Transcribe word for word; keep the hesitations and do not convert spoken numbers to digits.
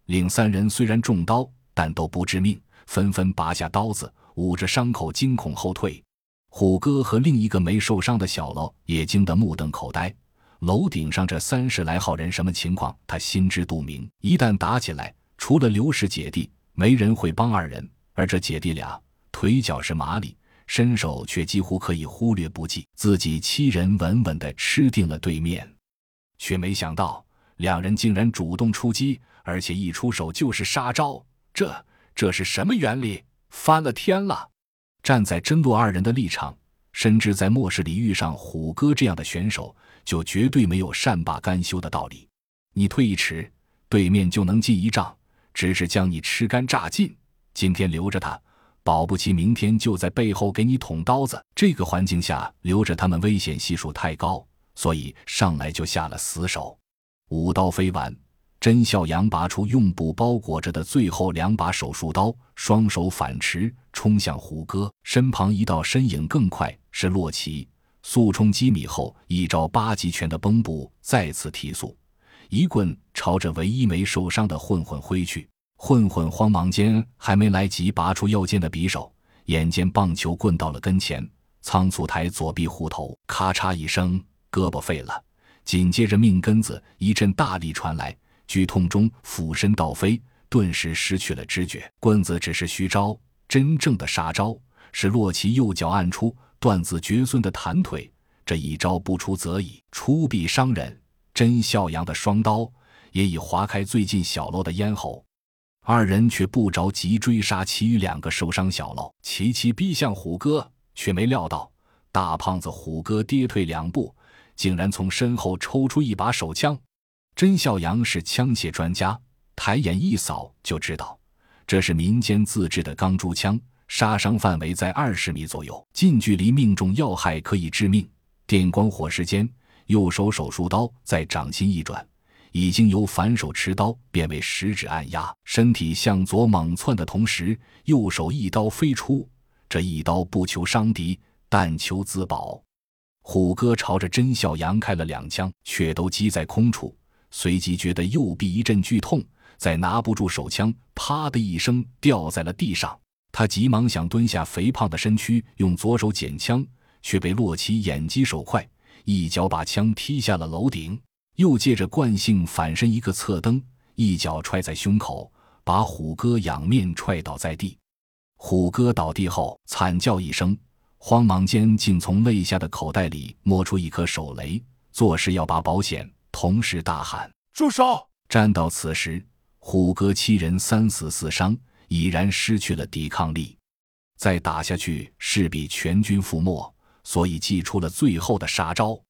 另三人虽然中刀，但都不致命，纷纷拔下刀子，捂着伤口惊恐后退。虎哥和另一个没受伤的小喽也惊得目瞪口呆。楼顶上这三十来号人什么情况，他心知肚明。一旦打起来，除了刘氏姐弟，没人会帮二人，而这姐弟俩腿脚是麻利，身手却几乎可以忽略不计。自己七人稳稳地吃定了对面，却没想到两人竟然主动出击，而且一出手就是杀招。这这是什么原理？翻了天了！站在真洛二人的立场，深知在末世里遇上虎哥这样的选手，就绝对没有善罢甘休的道理。你退一尺，对面就能进一丈，只是将你吃干榨尽。今天留着他，保不齐明天就在背后给你捅刀子。这个环境下留着他们危险系数太高，所以上来就下了死手。五刀飞完，甄孝阳拔出用布包裹着的最后两把手术刀，双手反持冲向虎哥。身旁一道身影更快，是洛奇。速冲几米后，一招八极拳的绷步再次提速，一棍朝着唯一没受伤的混混挥去。混混慌忙间还没来及拔出腰间的匕首，眼见棒球棍到了跟前，仓促抬左臂护头，咔嚓一声，胳膊废了。紧接着命根子一阵大力传来，剧痛中俯身倒飞，顿时失去了知觉。棍子只是虚招，真正的杀招是洛奇右脚按出断子绝孙的弹腿，这一招不出则已，出必伤人。甄孝阳的双刀也已划开最近小喽的咽喉，二人却不着急追杀其余两个受伤小喽，齐齐逼向虎哥，却没料到大胖子虎哥跌退两步，竟然从身后抽出一把手枪。甄孝阳是枪械专家，抬眼一扫就知道这是民间自制的钢珠枪，杀伤范围在二十米左右，近距离命中要害可以致命。电光火石间，右手手术刀在掌心一转，已经由反手持刀变为食指按压，身体向左猛窜的同时，右手一刀飞出，这一刀不求伤敌，但求自保。虎哥朝着甄孝阳开了两枪，却都击在空处，随即觉得右臂一阵剧痛，再拿不住手枪，啪的一声掉在了地上。他急忙想蹲下肥胖的身躯用左手捡枪，却被洛奇眼疾手快，一脚把枪踢下了楼顶，又借着惯性反身一个侧蹬，一脚踹在胸口，把虎哥仰面踹倒在地。虎哥倒地后惨叫一声，慌忙间竟从肋下的口袋里摸出一颗手雷，作势要拔保险，同时大喊住手！ 战到此时，虎哥七人三死四伤，已然失去了抵抗力，再打下去势必全军覆没，所以祭出了最后的杀招。